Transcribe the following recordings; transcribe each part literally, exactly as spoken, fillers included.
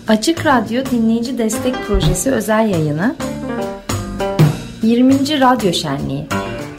Açık Radyo Dinleyici Destek Projesi özel yayını yirminci Radyo Şenliği.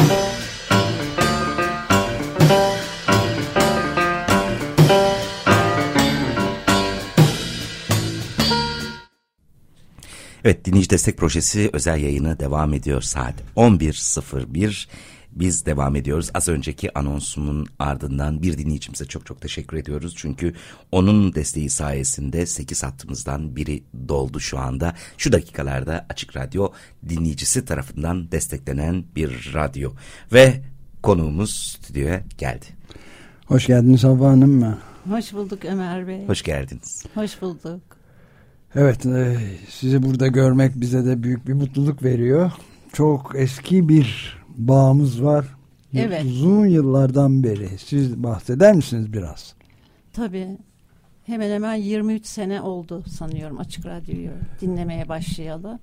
Evet, Dinleyici Destek Projesi özel yayını devam ediyor. Saat on bir sıfır bir. Biz devam ediyoruz. Az önceki anonsumun ardından bir dinleyicimize çok çok teşekkür ediyoruz. Çünkü onun desteği sayesinde sekiz hattımızdan biri doldu şu anda. Şu dakikalarda Açık Radyo dinleyicisi tarafından desteklenen bir radyo. Ve konuğumuz stüdyoya geldi. Hoş geldiniz Havva Hanım. Hoş bulduk Ömer Bey. Hoş geldiniz. Hoş bulduk. Evet, e, sizi burada görmek bize de büyük bir mutluluk veriyor. Çok eski bir bağımız var. Evet. Uzun yıllardan beri. Siz bahseder misiniz biraz? Tabii. Hemen hemen yirmi üç sene oldu sanıyorum Açık Radyo'yu dinlemeye başlayalı.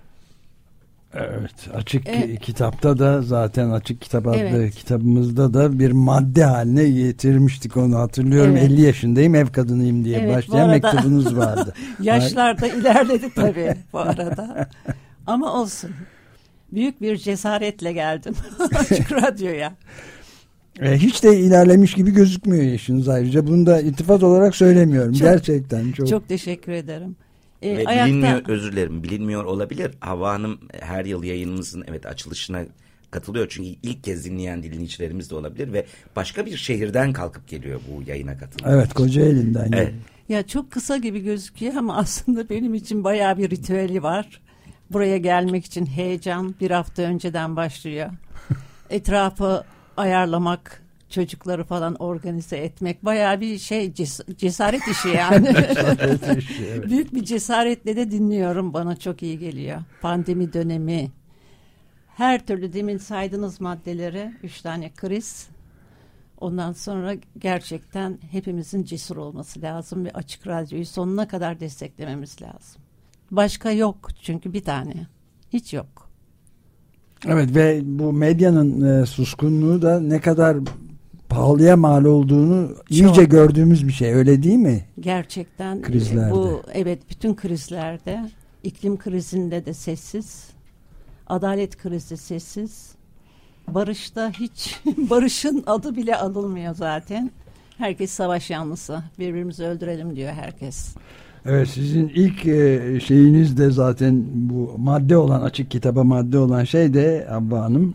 Evet. Açık evet. Kitapta da zaten Açık Kitap adlı evet. kitabımızda da bir madde haline getirmiştik, onu hatırlıyorum. Evet. elli yaşındayım, ev kadınıyım diye evet, başlayan arada, mektubunuz vardı. Yaşlarda ilerledi tabii bu arada. Ama olsun. Büyük bir cesaretle geldim Açık Radyo'ya. E, hiç de ilerlemiş gibi gözükmüyor yaşınız ayrıca. Bunu da iltifat olarak söylemiyorum. Çok, Gerçekten çok. Çok teşekkür ederim. E, Ve ayakta... bilinmiyor, özür dilerim, bilinmiyor olabilir. Havva Hanım her yıl yayınımızın evet açılışına katılıyor. Çünkü ilk kez dinleyen dinleyicilerimiz de olabilir ve başka bir şehirden kalkıp geliyor bu yayına katılmak. Evet, Kocaeli'nden. Evet. Ya çok kısa gibi gözüküyor ama aslında benim için bayağı bir ritüeli var. Buraya gelmek için heyecan bir hafta önceden başlıyor. Etrafı ayarlamak, çocukları falan organize etmek bayağı bir şey ces- cesaret işi yani. Cesaret işi, evet. Büyük bir cesaretle de dinliyorum, bana çok iyi geliyor. Pandemi dönemi, her türlü demin saydığınız maddeleri, üç tane kriz. Ondan sonra gerçekten hepimizin cesur olması lazım ve Açık Radyo'yu sonuna kadar desteklememiz lazım. Başka yok çünkü bir tane. Hiç yok. Evet ve bu medyanın e, suskunluğu da ne kadar pahalıya mal olduğunu Çok. iyice gördüğümüz bir şey, öyle değil mi? Gerçekten. Krizlerde. Bu evet, bütün krizlerde, iklim krizinde de sessiz. Adalet krizi sessiz. Barışta hiç barışın adı bile anılmıyor zaten. Herkes savaş yanlısı. Birbirimizi öldürelim diyor herkes. Evet, sizin ilk e, şeyiniz de zaten bu madde olan, Açık Kitaba madde olan şey de Havva Hanım,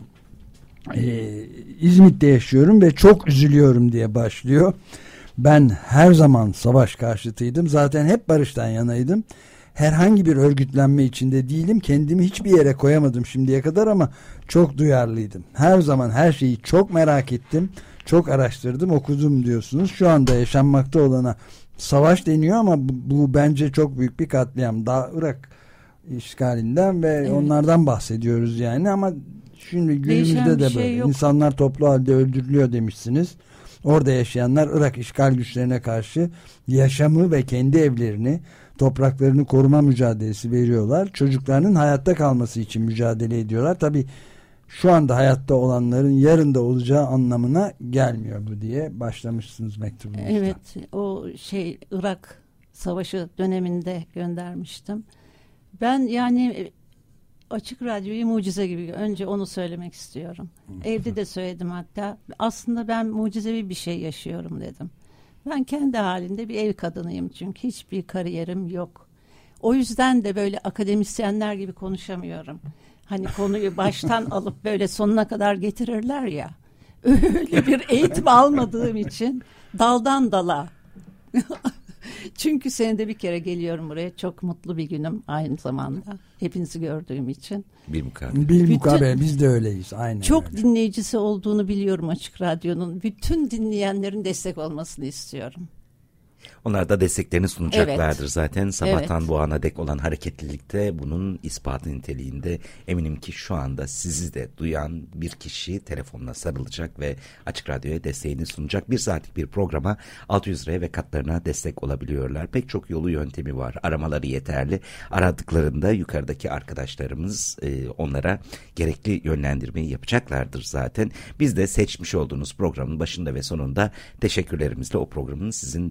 e, İzmit'te yaşıyorum ve çok üzülüyorum diye başlıyor. Ben her zaman savaş karşıtıydım. Zaten hep barıştan yanaydım. Herhangi bir örgütlenme içinde değilim. Kendimi hiçbir yere koyamadım şimdiye kadar ama çok duyarlıydım. Her zaman her şeyi çok merak ettim. Çok araştırdım, okudum diyorsunuz. Şu anda yaşanmakta olana savaş deniyor ama bu, bu bence çok büyük bir katliam. Daha Irak işgalinden ve evet. onlardan bahsediyoruz yani, ama şimdi günümüzde de şey böyle. Yok. İnsanlar toplu halde öldürülüyor demişsiniz. Orada yaşayanlar Irak işgal güçlerine karşı yaşamı ve kendi evlerini, topraklarını koruma mücadelesi veriyorlar. Çocuklarının hayatta kalması için mücadele ediyorlar. Tabii şu anda hayatta olanların yarın da olacağı anlamına gelmiyor bu diye başlamışsınız mektubunuzda. Evet, o şey Irak Savaşı döneminde göndermiştim. Ben yani Açık Radyo'yu mucize gibi, önce onu söylemek istiyorum. Evde de söyledim hatta. Aslında ben mucizevi bir şey yaşıyorum dedim. Ben kendi halinde bir ev kadınıyım çünkü hiçbir kariyerim yok. O yüzden de böyle akademisyenler gibi konuşamıyorum. Hani konuyu baştan alıp böyle sonuna kadar getirirler ya. Öyle bir eğitim almadığım için daldan dala. Çünkü senede bir kere geliyorum buraya. Çok mutlu bir günüm aynı zamanda. Hepinizi gördüğüm için. Bir mukabele. Bir mukabele, biz de öyleyiz. Aynen çok öyle. Dinleyicisi olduğunu biliyorum Açık Radyo'nun. Bütün dinleyenlerin destek olmasını istiyorum. Onlar da desteklerini sunacaklardır evet. zaten. Sabahtan evet. bu ana dek olan hareketlilikte bunun ispatı niteliğinde. Eminim ki şu anda sizi de duyan bir kişi telefonuna sarılacak ve Açık Radyo'ya desteğini sunacak. Bir saatlik bir programa altı yüz lira ve katlarına destek olabiliyorlar. Pek çok yolu yöntemi var. Aramaları yeterli. Aradıklarında yukarıdaki arkadaşlarımız e, onlara gerekli yönlendirmeyi yapacaklardır zaten. Biz de seçmiş olduğunuz programın başında ve sonunda teşekkürlerimizle o programın sizin desteği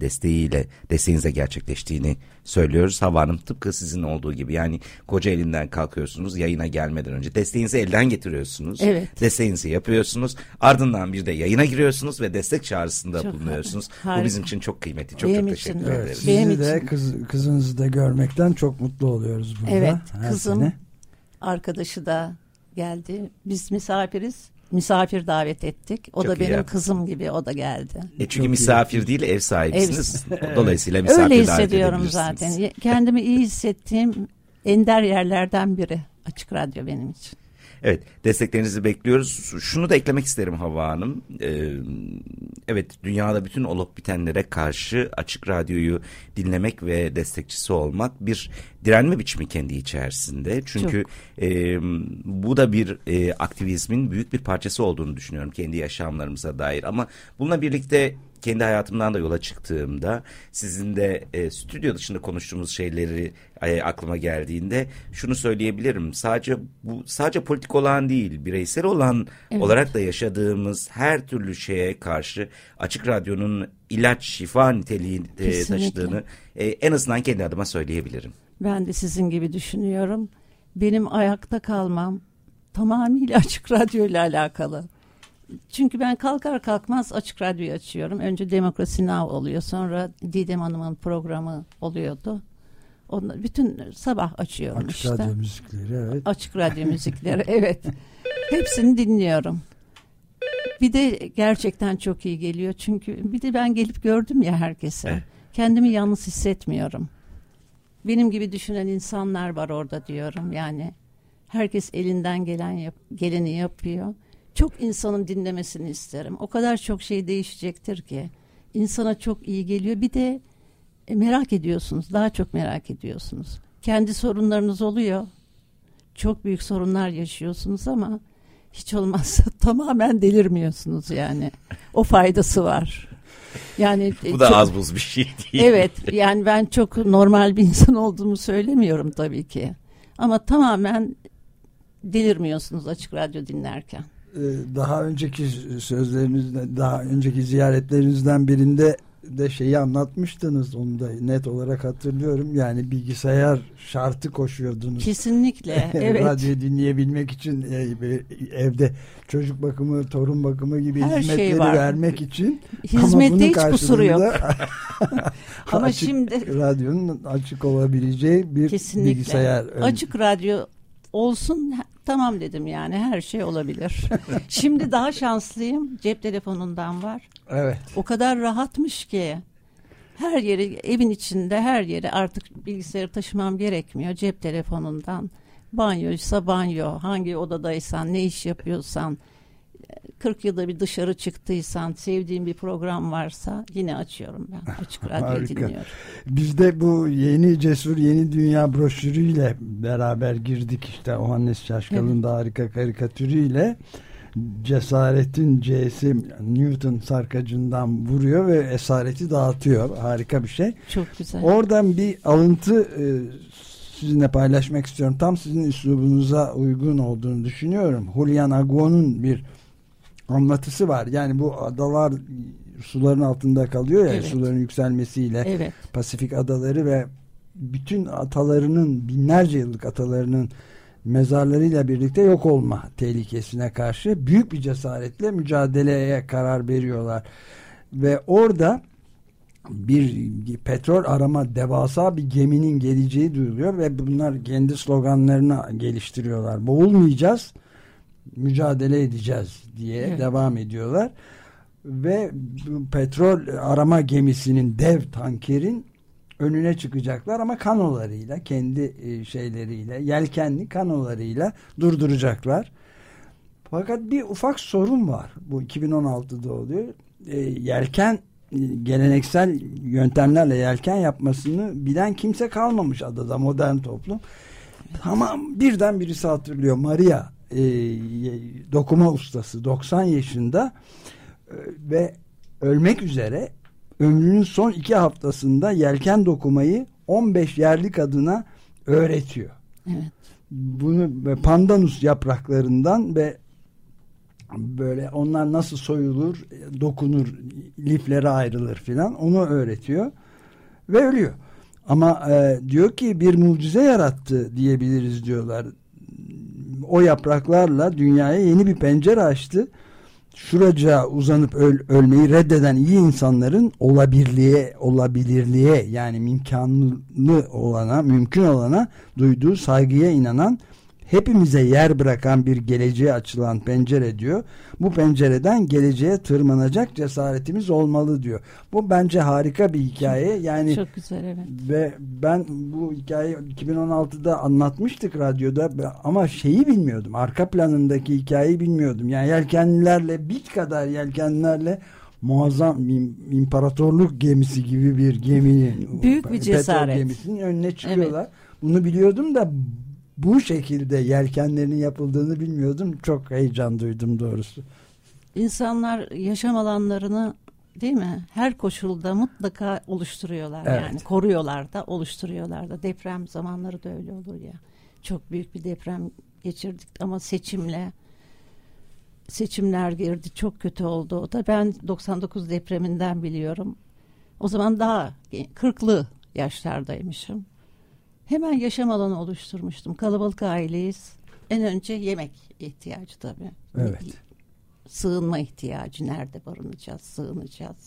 desteğiyle, desteğinize gerçekleştiğini söylüyoruz. Havva Hanım, tıpkı sizin olduğu gibi, yani koca elinden kalkıyorsunuz, yayına gelmeden önce desteğinizi elden getiriyorsunuz. Evet. Desteğinizi yapıyorsunuz. Ardından bir de yayına giriyorsunuz ve destek çağrısında çok bulunuyorsunuz. harika. Bu bizim için çok kıymetli. Çok Benim çok için teşekkür de. ederiz. Sizi Benim de için. kız, kızınızı da görmekten çok mutlu oluyoruz burada. Evet, her kızım, sene. arkadaşı da geldi. Biz misafiriz. Misafir davet ettik. O Çok da iyi benim yaptınız. kızım gibi, o da geldi. E çünkü Çok misafir iyi. değil, ev sahibisiniz. Dolayısıyla misafir Öyle davet hissediyorum edebilirsiniz. zaten. Ye- Kendimi iyi hissettiğim ender yerlerden biri Açık Radyo benim için. Evet, desteklerinizi bekliyoruz. Şunu da eklemek isterim Havva Hanım. Ee, evet, dünyada bütün olup bitenlere karşı Açık Radyo'yu dinlemek ve destekçisi olmak bir direnme biçimi kendi içerisinde. Çünkü e, bu da bir e, aktivizmin büyük bir parçası olduğunu düşünüyorum kendi yaşamlarımıza dair. Ama bununla birlikte kendi hayatımdan da yola çıktığımda, sizin de e, stüdyo dışında konuştuğumuz şeyleri e, aklıma geldiğinde şunu söyleyebilirim. Sadece bu sadece politik olan değil, bireysel olan Evet. olarak da yaşadığımız her türlü şeye karşı Açık Radyo'nun ilaç, şifa niteliği e, Kesinlikle. taşıdığını e, en azından kendi adıma söyleyebilirim. Ben de sizin gibi düşünüyorum. Benim ayakta kalmam tamamıyla Açık Radyo ile alakalı. Çünkü ben kalkar kalkmaz Açık Radyo'yu açıyorum. Önce Demokrasi Now oluyor. Sonra Didem Hanım'ın programı oluyordu. Onlar, bütün sabah açıyorum Açık işte. radyo müzikleri, evet. Açık Radyo müzikleri, evet. Hepsini dinliyorum. Bir de gerçekten çok iyi geliyor. Çünkü bir de ben gelip gördüm ya herkese. Evet. Kendimi yalnız hissetmiyorum. Benim gibi düşünen insanlar var orada diyorum. Yani herkes elinden gelen yap, geleni yapıyor. Çok insanın dinlemesini isterim. O kadar çok şey değişecektir ki. İnsana çok iyi geliyor. Bir de e, merak ediyorsunuz. Daha çok merak ediyorsunuz. Kendi sorunlarınız oluyor. Çok büyük sorunlar yaşıyorsunuz ama hiç olmazsa tamamen delirmiyorsunuz yani. O faydası var. Yani Bu da çok, az buz bir şey değil. evet, yani ben çok normal bir insan olduğumu söylemiyorum tabii ki. Ama tamamen delirmiyorsunuz Açık Radyo dinlerken. Daha önceki sözlerinizde, daha önceki ziyaretlerinizden birinde de şeyi anlatmıştınız, onu da net olarak hatırlıyorum. Yani bilgisayar şartı koşuyordunuz. Kesinlikle, evet. Radyo dinleyebilmek için evde çocuk bakımı, torun bakımı gibi Her hizmetleri şey var. vermek için. Hizmette hiç kusuru yok. Ama açık, şimdi radyonun açık olabileceği bir kesinlikle bilgisayar. Açık radyo olsun, tamam dedim, yani her şey olabilir. Şimdi daha şanslıyım, cep telefonundan var. Evet. O kadar rahatmış ki her yeri, evin içinde her yeri, artık bilgisayarı taşımam gerekmiyor. Cep telefonundan, banyoysa banyo, hangi odadaysan, ne iş yapıyorsan, kırk yılda bir dışarı çıktıysan, sevdiğim bir program varsa yine açıyorum ben. Açık radyo dinliyorum. Biz de bu yeni Cesur Yeni Dünya broşürüyle beraber girdik işte, Ohannes Şaşkal'ın evet. da harika karikatürüyle. Cesaretin C'si Newton sarkacından vuruyor ve esareti dağıtıyor. Harika bir şey. Çok güzel. Oradan bir alıntı e, sizinle paylaşmak istiyorum. Tam sizin üslubunuza uygun olduğunu düşünüyorum. Julian Aguon'un bir anlatısı var. Yani bu adalar suların altında kalıyor ya, evet. Suların yükselmesiyle evet. Pasifik adaları ve bütün atalarının, binlerce yıllık atalarının mezarlarıyla birlikte yok olma tehlikesine karşı büyük bir cesaretle mücadeleye karar veriyorlar. Ve orada bir petrol arama devasa bir geminin geleceği duyuluyor ve bunlar kendi sloganlarını geliştiriyorlar. Boğulmayacağız, mücadele edeceğiz diye evet. devam ediyorlar. Ve bu petrol arama gemisinin, dev tankerin önüne çıkacaklar ama kanolarıyla, kendi şeyleriyle, yelkenli kanolarıyla durduracaklar. Fakat bir ufak sorun var. Bu iki bin on altıda oluyor. E, yelken, geleneksel yöntemlerle yelken yapmasını bilen kimse kalmamış adada, modern toplum. Tamam, birden birisi hatırlıyor. Maria, e, dokuma ustası, doksan yaşında e, ve ölmek üzere. Ömrünün son iki haftasında yelken dokumayı on beş yerli kadına öğretiyor. Evet. Bunu pandanus yapraklarından ve böyle onlar nasıl soyulur, dokunur, liflere ayrılır filan, onu öğretiyor. ve ölüyor. Ama e, diyor ki bir mucize yarattı diyebiliriz diyorlar. O yapraklarla dünyaya yeni bir pencere açtı. Şuraca uzanıp öl, ölmeyi reddeden iyi insanların olabilirliğe, olabilirliğe yani imkanlı olana, mümkün olana duyduğu saygıya inanan, hepimize yer bırakan bir geleceğe açılan pencere diyor. Bu pencereden geleceğe tırmanacak cesaretimiz olmalı diyor. Bu bence harika bir hikaye. Yani çok güzel, evet. Ve ben bu hikayeyi iki bin on altıda anlatmıştık radyoda ama şeyi bilmiyordum. Arka planındaki hikayeyi bilmiyordum. Yani yelkenlilerle, beach kadar yelkenlilerle muazzam imparatorluk gemisi gibi bir geminin, büyük bir cesaret, petrol gemisinin önüne çıkıyorlar. Evet. Bunu biliyordum da bu şekilde yelkenlerin yapıldığını bilmiyordum. Çok heyecan duydum doğrusu. İnsanlar yaşam alanlarını, değil mi, her koşulda mutlaka oluşturuyorlar. Evet. Yani koruyorlar da, oluşturuyorlar da. Deprem zamanları da öyle olur ya. Çok büyük bir deprem geçirdik ama seçimle seçimler girdi. Çok kötü oldu o da. Ben doksan dokuz depreminden biliyorum. O zaman daha kırklı yaşlardaymışım. Hemen yaşam alanı oluşturmuştum. Kalabalık aileyiz. En önce yemek ihtiyacı tabii. Evet. Sığınma ihtiyacı. Nerede barınacağız, sığınacağız.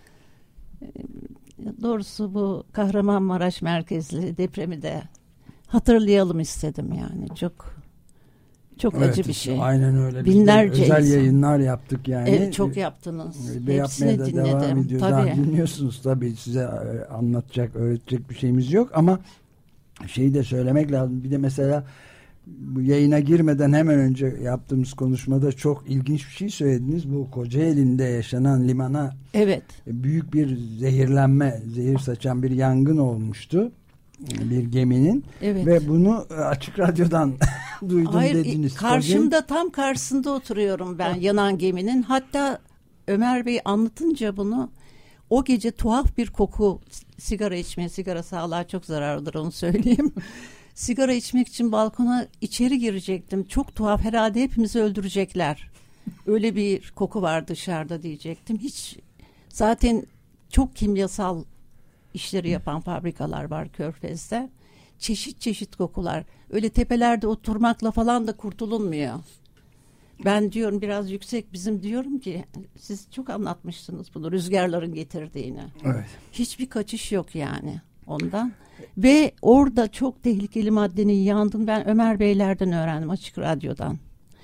Doğrusu bu Kahramanmaraş merkezli depremi de hatırlayalım istedim yani. Çok çok evet, acı bir şey. Aynen öyle. Binlerce özel insan. Yayınlar yaptık yani. Evet, çok yaptınız. Ve hepsini da dinledim. Devam ediyoruz. Tabii. Dinliyorsunuz tabii, size anlatacak, öğretecek bir şeyimiz yok ama şeyi de söylemek lazım. Bir de mesela bu yayına girmeden hemen önce yaptığımız konuşmada çok ilginç bir şey söylediniz. Bu Kocaeli'nde yaşanan limana evet, büyük bir zehirlenme, zehir saçan bir yangın olmuştu. Bir geminin. Evet. Ve bunu Açık Radyo'dan duydum. Hayır, dediniz. Karşımda Kocaeli... tam karşısında oturuyorum ben yanan geminin. Hatta Ömer Bey anlatınca bunu, o gece tuhaf bir koku, sigara içmeye, sigara sağlığa çok zararlıdır onu söyleyeyim. Sigara içmek için balkona içeri girecektim. Çok tuhaf, herhalde hepimizi öldürecekler. Öyle bir koku var dışarıda diyecektim. Hiç, zaten çok kimyasal işleri yapan fabrikalar var Körfez'de. Çeşit çeşit kokular. Öyle tepelerde oturmakla falan da kurtulunmuyor. Ben diyorum biraz yüksek bizim, diyorum ki siz çok anlatmıştınız bunu, rüzgarların getirdiğini. Evet. Hiçbir kaçış yok yani ondan. Ve orada çok tehlikeli maddenin yandığını ben Ömer Beylerden öğrendim, Açık Radyo'dan.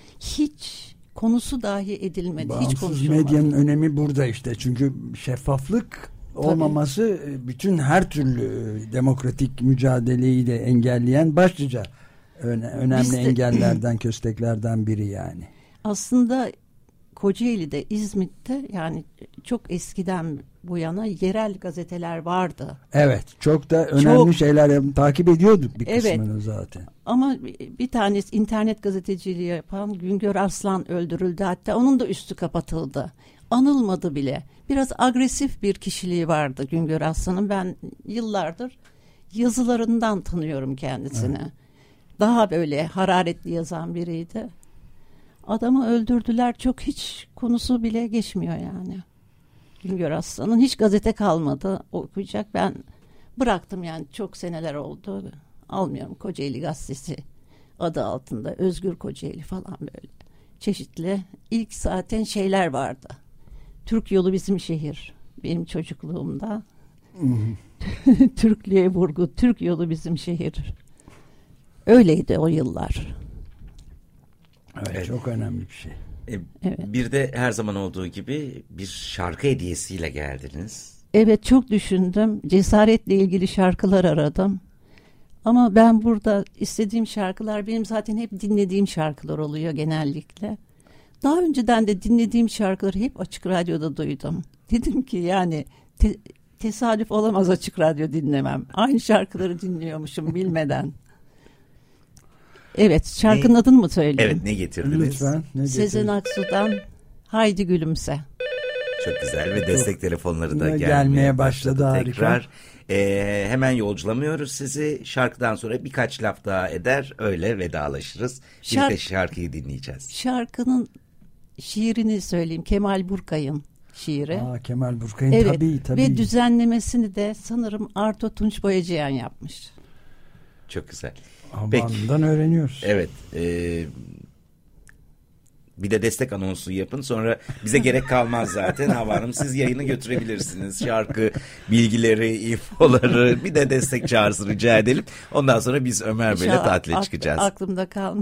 Hiç konusu dahi edilmedi. Bağımsız hiç konuşulmadı. Medyanın önemi burada işte. Çünkü şeffaflık olmaması Tabii. bütün her türlü demokratik mücadeleyi de engelleyen başlıca öne, önemli de, engellerden, kösteklerden biri yani. Aslında Kocaeli'de, İzmit'te yani çok eskiden bu yana yerel gazeteler vardı. Evet, çok da önemli çok, şeyler takip ediyorduk bir kısmını evet, zaten. Ama bir tanesi internet gazeteciliği yapan Güngör Arslan öldürüldü, hatta onun da üstü kapatıldı. Anılmadı bile. Biraz agresif bir kişiliği vardı Güngör Arslan'ın. Ben yıllardır yazılarından tanıyorum kendisini. Evet. Daha böyle hararetli yazan biriydi. Adamı öldürdüler, çok hiç konusu bile geçmiyor yani. Güngör Arslan'ın hiç gazete kalmadı okuyacak. Ben bıraktım yani, çok seneler oldu. Almıyorum, Kocaeli Gazetesi adı altında, Özgür Kocaeli falan böyle. Çeşitli ilk zaten şeyler vardı. Türk Yolu Bizim Şehir, benim çocukluğumda. Türklüğe vurgu, Türk Yolu Bizim Şehir. Öyleydi o yıllar. Evet, evet. Çok önemli bir şey. Ee, evet. Bir de her zaman olduğu gibi bir şarkı hediyesiyle geldiniz. Evet, çok düşündüm. Cesaretle ilgili şarkılar aradım. Ama ben burada istediğim şarkılar benim zaten hep dinlediğim şarkılar oluyor genellikle. Daha önceden de dinlediğim şarkıları hep Açık Radyo'da duydum. Dedim ki yani te- tesadüf olamaz Açık Radyo dinlemem. Aynı şarkıları dinliyormuşum bilmeden. Evet, şarkının ne, adını mı söyleyeyim? Evet, ne getirdiniz? Lütfen. Ne Sezen Aksu'dan Haydi Gülümse. Çok güzel ve destek Çok telefonları da gelmeye, gelmeye başladı. başladı tekrar. Ee, hemen yolculamıyoruz sizi. Şarkıdan sonra birkaç laf daha eder, öyle vedalaşırız. Şark- bir de şarkıyı dinleyeceğiz. Şarkının şiirini söyleyeyim. Kemal Burkay'ın şiiri. Aa, Kemal Burkay'ın evet. tabii tabii. Ve düzenlemesini de sanırım Arto Tunç Boyacıyan yapmış. Çok güzel. Havan'dan öğreniyoruz. Evet. E, bir de destek anonsu yapın, sonra bize gerek kalmaz zaten. Hava Hanım, siz yayını götürebilirsiniz. Şarkı bilgileri, infoları, bir de destek çağrısı rica edelim. Ondan sonra biz Ömer Bey'le tatile ak- çıkacağız. Aklımda kalmış.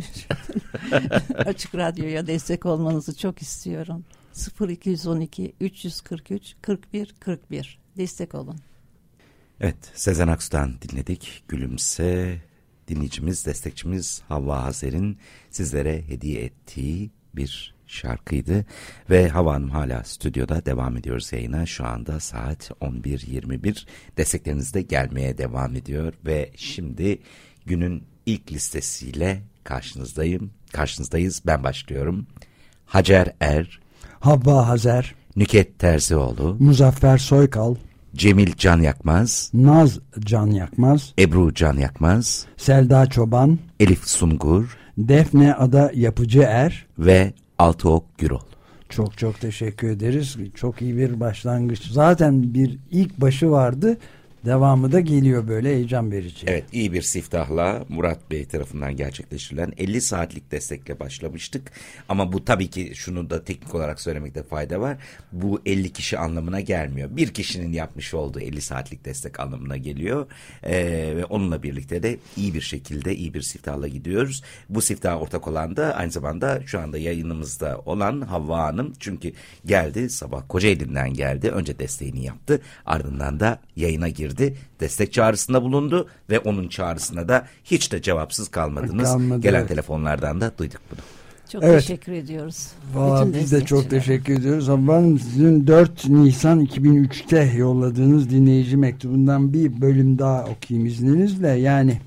Açık Radyo'ya destek olmanızı çok istiyorum. sıfır iki on iki üç kırk üç kırk bir kırk bir destek olun. Evet, Sezen Aksu'dan dinledik. Gülümse, dinleyicimiz, destekçimiz Havva Hazer'in sizlere hediye ettiği bir şarkıydı. Ve Havva Hanım hala stüdyoda, devam ediyoruz yayına. Şu anda saat on bir yirmi bir. Destekleriniz de gelmeye devam ediyor. Ve şimdi günün ilk listesiyle karşınızdayım. Karşınızdayız. Ben başlıyorum. Hacer Er, Havva Hazer, Nüket Terzioğlu, Muzaffer Soykal, Cemil Can Yakmaz, Naz Can Yakmaz, Ebru Can Yakmaz, Selda Çoban, Elif Sungur Defne Ada Yapıcı Er ve Altıok Gürol. Çok çok teşekkür ederiz. Çok iyi bir başlangıç. Zaten bir ilk başı vardı. Devamı da geliyor böyle heyecan verici. Evet, iyi bir siftahla Murat Bey tarafından gerçekleştirilen elli saatlik destekle başlamıştık. Ama bu tabii ki, şunu da teknik olarak söylemekte fayda var. Bu elli kişi anlamına gelmiyor. Bir kişinin yapmış olduğu elli saatlik destek anlamına geliyor. Ee, ve onunla birlikte de iyi bir şekilde, iyi bir siftahla gidiyoruz. Bu siftaha ortak olan da aynı zamanda şu anda yayınımızda olan Havva Hanım. Çünkü geldi, sabah Kocaeli'nden geldi. Önce desteğini yaptı. Ardından da yayına girdi. Destek çağrısında bulundu ve onun çağrısına da hiç de cevapsız kalmadınız. Kalmadı, Gelen evet. telefonlardan da duyduk bunu. Çok Evet. teşekkür ediyoruz. Vallahi Bütün biz de çok destekçilere. teşekkür ediyoruz. Ama sizin dört Nisan iki bin üçte yolladığınız dinleyici mektubundan bir bölüm daha okuyayım izninizle. Yani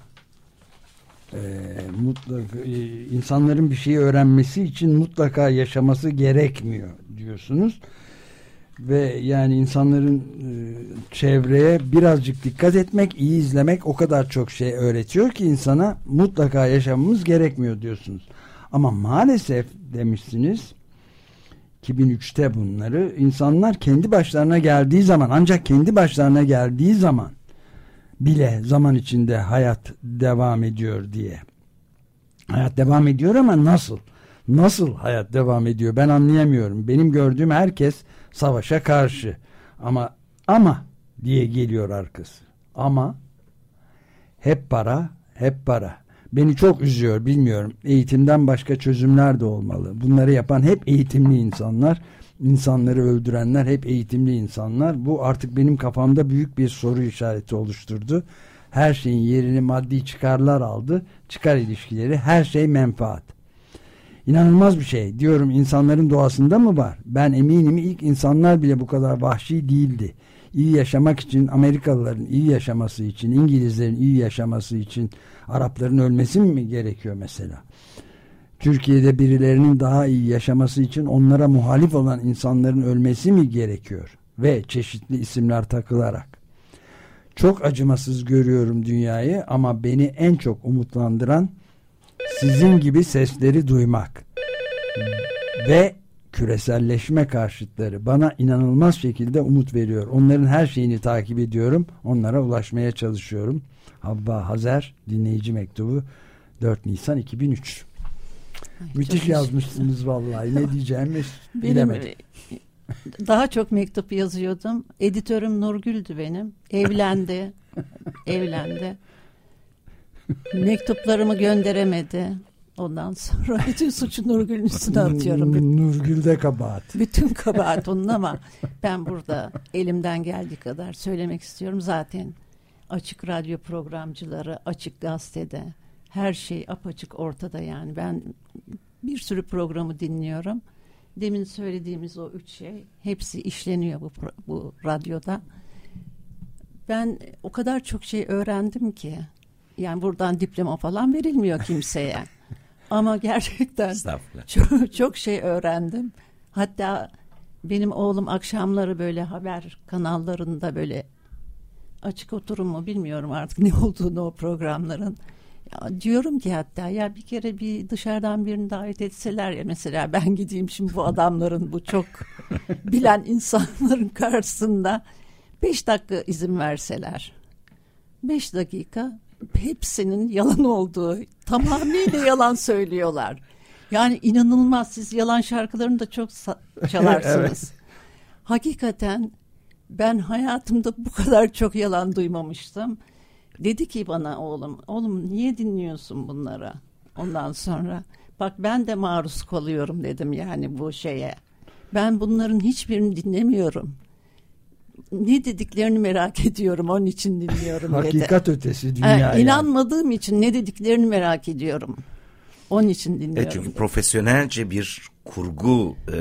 e, mutlaka e, insanların bir şeyi öğrenmesi için mutlaka yaşaması gerekmiyor diyorsunuz. Ve yani insanların e, çevreye birazcık dikkat etmek, iyi izlemek o kadar çok şey öğretiyor ki insana mutlaka yaşamamız gerekmiyor diyorsunuz. Ama maalesef demişsiniz iki bin üçte bunları, insanlar kendi başlarına geldiği zaman, ancak kendi başlarına geldiği zaman bile zaman içinde hayat devam ediyor diye. Hayat devam ediyor ama nasıl? Nasıl hayat devam ediyor? Ben anlayamıyorum. Benim gördüğüm herkes savaşa karşı. Ama ama diye geliyor arkası. Ama hep para, hep para. Beni çok üzüyor, bilmiyorum. Eğitimden başka çözümler de olmalı. Bunları yapan hep eğitimli insanlar. İnsanları öldürenler hep eğitimli insanlar. Bu artık benim kafamda büyük bir soru işareti oluşturdu. Her şeyin yerini maddi çıkarlar aldı. Çıkar ilişkileri, her şey menfaat. İnanılmaz bir şey. Diyorum, insanların doğasında mı var? Ben eminim ilk insanlar bile bu kadar vahşi değildi. İyi yaşamak için, Amerikalıların iyi yaşaması için, İngilizlerin iyi yaşaması için Arapların ölmesi mi gerekiyor mesela? Türkiye'de birilerinin daha iyi yaşaması için onlara muhalif olan insanların ölmesi mi gerekiyor? Ve çeşitli isimler takılarak. Çok acımasız görüyorum dünyayı ama beni en çok umutlandıran sizin gibi sesleri duymak ve küreselleşme karşıtları bana inanılmaz şekilde umut veriyor. Onların her şeyini takip ediyorum. Onlara ulaşmaya çalışıyorum. Havva Hazer, dinleyici mektubu, dört Nisan iki bin üç. Ay, Müthiş çok yazmışsınız vallahi. Ne diyeceğimi Benim, bilemedim. daha çok mektup yazıyordum. Editörüm Nurgül'dü benim. Evlendi. evlendi. Mektuplarımı gönderemedi. Ondan sonra bütün suçu Nurgül'ün üstüne atıyorum. Nurgül'de kabahat. Bütün kabahat onun ama ben burada elimden geldiği kadar söylemek istiyorum. Zaten Açık Radyo programcıları, Açık Gazete'de her şey apaçık ortada yani. Ben bir sürü programı dinliyorum. Demin söylediğimiz o üç şey hepsi işleniyor bu, bu radyoda. Ben o kadar çok şey öğrendim ki. Yani buradan diploma falan verilmiyor kimseye. Ama gerçekten çok, çok şey öğrendim. Hatta benim oğlum akşamları böyle haber kanallarında böyle açık oturum mu bilmiyorum artık ne olduğunu o programların. Ya diyorum ki hatta ya bir kere bir dışarıdan birini davet etseler ya, mesela ben gideyim şimdi bu adamların, bu çok bilen insanların karşısında beş dakika izin verseler. Beş dakika hepsinin yalan olduğu, tamamıyla yalan söylüyorlar. Yani inanılmaz, siz yalan şarkılarını da çok çalarsınız. Evet. Hakikaten ben hayatımda bu kadar çok yalan duymamıştım. Dedi ki bana oğlum, oğlum niye dinliyorsun bunları? Ondan sonra bak ben de maruz kalıyorum dedim yani bu şeye. Ben bunların hiçbirini dinlemiyorum. Ne dediklerini merak ediyorum, onun için dinliyorum dedi. Hakikat ötesi dünya. Yani, İnanmadığım için ne dediklerini merak ediyorum. Onun için dinliyorum. Evet, çünkü dedi. Profesyonelce bir kurgu, e,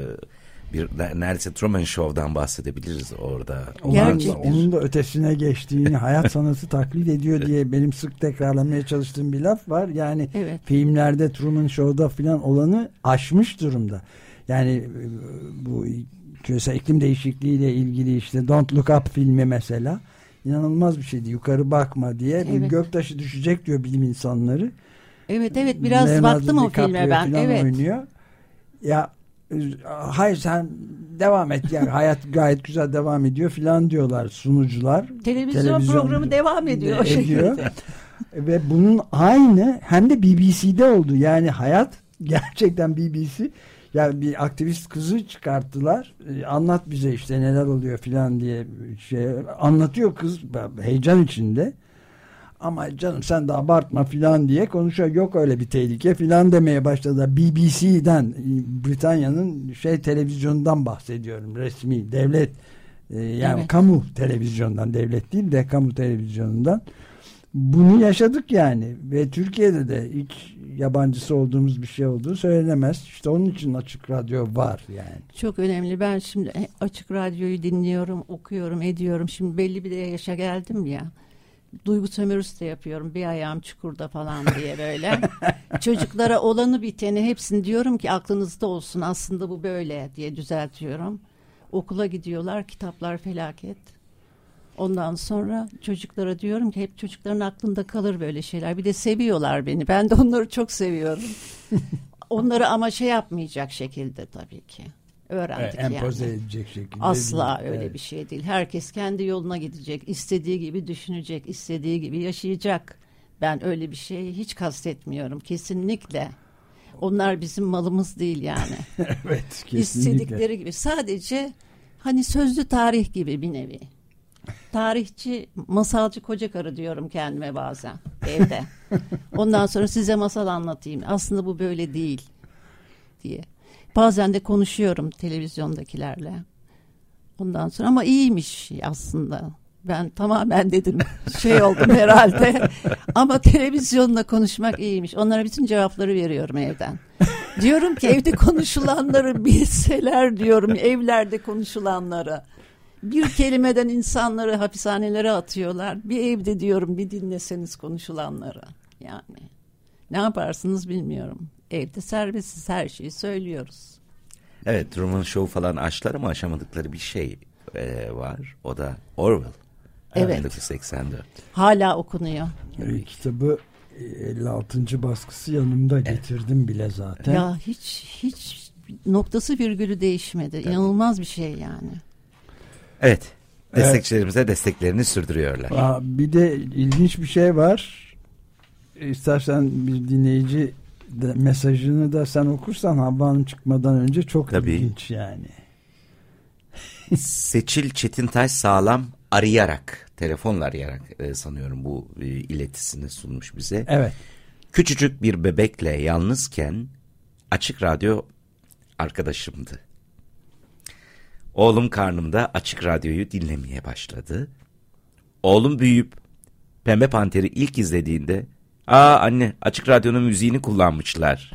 bir neredeyse Truman Show'dan bahsedebiliriz orada. Onun, onun da ötesine geçtiğini, hayat sanatı taklit ediyor diye benim sık tekrarlamaya çalıştığım bir laf var. Yani evet. Filmlerde Truman Show'da falan olanı aşmış durumda. Yani bu küresel iklim değişikliğiyle ilgili işte Don't Look Up filmi mesela inanılmaz bir şeydi. Yukarı bakma diye evet. Bir göktaşı düşecek diyor bilim insanları. Evet evet biraz Leonardo baktım o filme ben. Evet. Oynuyor. Ya hayır sen devam et yani hayat gayet güzel devam ediyor filan diyorlar sunucular. Televizyon, Televizyon programı devam ediyor. De, ediyor. Ve bunun aynı hem de B B C'de oldu. Yani hayat gerçekten B B C. Yani bir aktivist kızı çıkarttılar. Ee, anlat bize işte neler oluyor filan diye şey anlatıyor kız heyecan içinde. Ama canım sen de abartma filan diye konuşuyor. Yok öyle bir tehlike filan demeye başladı. B B C'den, Britanya'nın şey televizyonundan bahsediyorum. Resmi devlet e, yani evet. Kamu televizyondan, devlet değil de kamu televizyonundan. Bunu yaşadık yani ve Türkiye'de de hiç yabancısı olduğumuz bir şey olduğu söylenemez. İşte onun için Açık Radyo var yani. Çok önemli. Ben şimdi Açık Radyo'yu dinliyorum, okuyorum, ediyorum. Şimdi belli bir de yaşa geldim ya. Duygu sömürüsü de yapıyorum. Bir ayağım çukurda falan diye böyle. Çocuklara olanı biteni hepsini diyorum ki aklınızda olsun. Aslında bu böyle diye düzeltiyorum. Okula gidiyorlar. Kitaplar felaket. Ondan sonra çocuklara diyorum ki hep çocukların aklında kalır böyle şeyler. Bir de seviyorlar beni. Ben de onları çok seviyorum. Onları ama şey yapmayacak şekilde tabii ki. Öğrendik evet, empoze yani. edecek şekilde. Asla değil. öyle evet. Bir şey değil. Herkes kendi yoluna gidecek. İstediği gibi düşünecek. İstediği gibi yaşayacak. Ben öyle bir şey hiç kastetmiyorum. Kesinlikle. Onlar bizim malımız değil yani. Evet, kesinlikle. İstedikleri gibi. Sadece hani sözlü tarih gibi bir nevi. Tarihçi, masalcı koca karı diyorum kendime bazen evde. Ondan sonra size masal anlatayım. Aslında bu böyle değil diye. Bazen de konuşuyorum televizyondakilerle. Ondan sonra ama iyiymiş aslında. Ben tamamen dedim şey oldum herhalde. Ama televizyonla konuşmak iyiymiş. Onlara bütün cevapları veriyorum evden. Diyorum ki evde konuşulanları bilseler diyorum, evlerde konuşulanları. Bir kelimeden insanları hapishanelere atıyorlar. Bir evde diyorum bir dinleseniz konuşulanları. Yani ne yaparsınız bilmiyorum. Evde serbestiz, her şeyi söylüyoruz. Evet, Truman Show falan aştılar ama aşamadıkları bir şey e, var. O da Orwell. Evet. bin dokuz yüz seksen dört. Hala okunuyor. Evet. Kitabı elli altıncı baskısı yanımda evet. Getirdim bile zaten. Ya hiç hiç noktası virgülü değişmedi. Evet. İnanılmaz bir şey yani. Evet. Destekçilerimize evet. Desteklerini sürdürüyorlar. Aa, bir de ilginç bir şey var. İstersen bir dinleyici de mesajını da sen okursan Havva Hanım çıkmadan önce çok Tabii. ilginç yani. Seçil Çetintaş Sağlam arayarak, telefonla arayarak e, sanıyorum bu e, iletisini sunmuş bize. Evet. Küçücük bir bebekle yalnızken Açık Radyo arkadaşımdı. Oğlum karnımda Açık Radyo'yu dinlemeye başladı. Oğlum büyüyüp Pembe Panter'i ilk izlediğinde "Aa anne, Açık Radyo'nun müziğini kullanmışlar."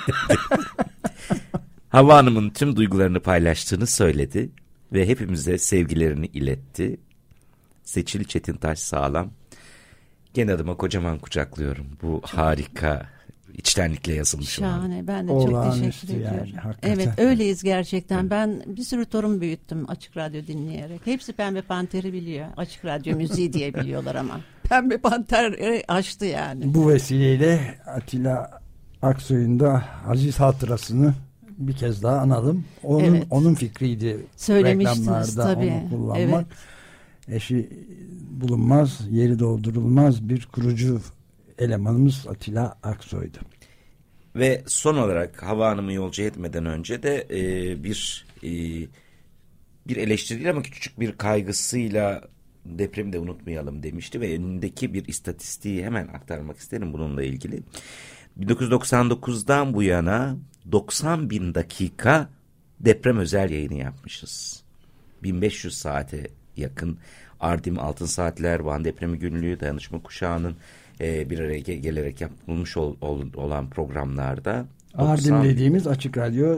Havva Hanım'ın tüm duygularını paylaştığını söyledi ve hepimize sevgilerini iletti. Seçil Çetintaş Sağlam. Gene adıma kocaman kucaklıyorum. Bu harika, içtenlikle yazılmış. Şahane. Olan. Ben de çok teşekkür ediyorum. Yani, evet, öyleyiz gerçekten. Evet. Ben bir sürü torun büyüttüm Açık Radyo dinleyerek. Hepsi Pembe Panter'i biliyor. Açık Radyo müziği diye biliyorlar ama. Pembe Panter açtı yani. Bu vesileyle Atilla Aksoy'un da aziz hatırasını bir kez daha analım. Onun evet. onun fikriydi reklamlarda tabii. Onu kullanmak. Evet. Eşi bulunmaz, yeri doldurulmaz bir kurucu elemanımız Atilla Aksoy'du. Ve son olarak Hava Hanım'ı yolcu etmeden önce de e, bir e, bir eleştiriyle ama küçük bir kaygısıyla depremi de unutmayalım demişti ve önündeki bir istatistiği hemen aktarmak isterim bununla ilgili. bin dokuz yüz doksan dokuzdan bu yana doksan bin dakika deprem özel yayını yapmışız. bin beş yüz saate yakın Ardim Altın Saatler, Van Depremi Günlüğü, Dayanışma Kuşağı'nın e, bir araya gelerek yapılmış ol, ol, olan programlarda. Ardim doksan dediğimiz Açık Radyo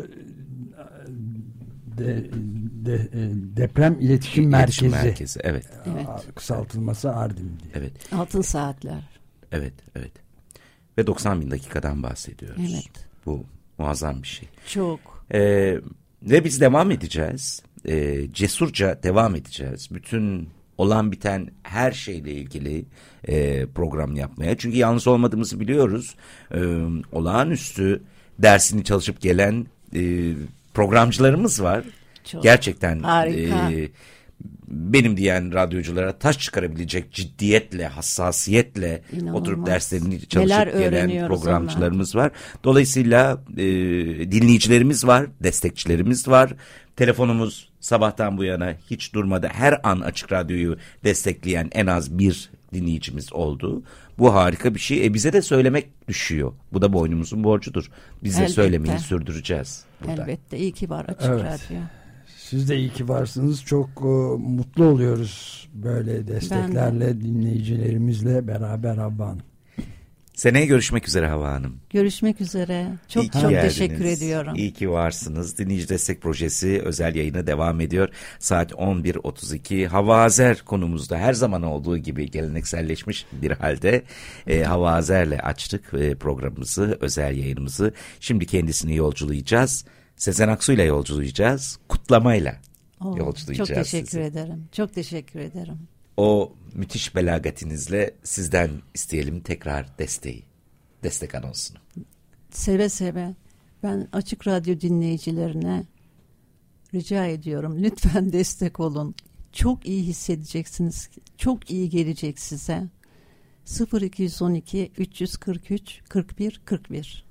de, de, Deprem İletişim Merkezi. Merkezi evet. evet. Kısaltılması Ardim diye. Evet. Altın Saatler. Evet, evet. Ve doksan bin dakikadan bahsediyoruz. Evet. Bu muazzam bir şey. Çok. Ee, ve biz devam edeceğiz. Ee, cesurca devam edeceğiz. Bütün olan biten her şeyle ilgili e, program yapmaya. Çünkü yalnız olmadığımızı biliyoruz. Ee, olağanüstü dersini çalışıp gelen e, programcılarımız var. Çok. Gerçekten harika. E, benim diyen radyoculara taş çıkarabilecek ciddiyetle, hassasiyetle İnanılmaz. Oturup derslerini çalışıp gelen programcılarımız ondan. Var. Dolayısıyla e, dinleyicilerimiz var, destekçilerimiz var. Telefonumuz sabahtan bu yana hiç durmadı. Her an Açık Radyo'yu destekleyen en az bir dinleyicimiz oldu. Bu harika bir şey. E bize de söylemek düşüyor. Bu da boynumuzun borcudur. Biz de söylemeyi sürdüreceğiz. Burada. Elbette. İyi ki var Açık evet. Radyo. Siz de iyi ki varsınız. Çok e, mutlu oluyoruz böyle desteklerle, dinleyicilerimizle beraber Havva Hanım. Seneye görüşmek üzere Havva Hanım. Görüşmek üzere. Çok çok geldiniz. Teşekkür ediyorum. İyi ki varsınız. Dinleyici Destek Projesi özel yayını devam ediyor. Saat on bir otuz iki. Havva Azer konumuzda her zaman olduğu gibi gelenekselleşmiş bir halde e, Havva Azer'le açtık e, programımızı, özel yayınımızı. Şimdi kendisini yolculayacağız. Sezen Aksu ile yolculayacağız. Kutlamayla Oo, yolculayacağız. Çok teşekkür sizi. ederim. Çok teşekkür ederim. O müthiş belagatinizle sizden isteyelim tekrar desteği. Destek anonsunu. Seve seve. Ben Açık Radyo dinleyicilerine rica ediyorum. Lütfen destek olun. Çok iyi hissedeceksiniz. Çok iyi gelecek size. sıfır iki on iki üç yüz kırk üç kırk bir kırk bir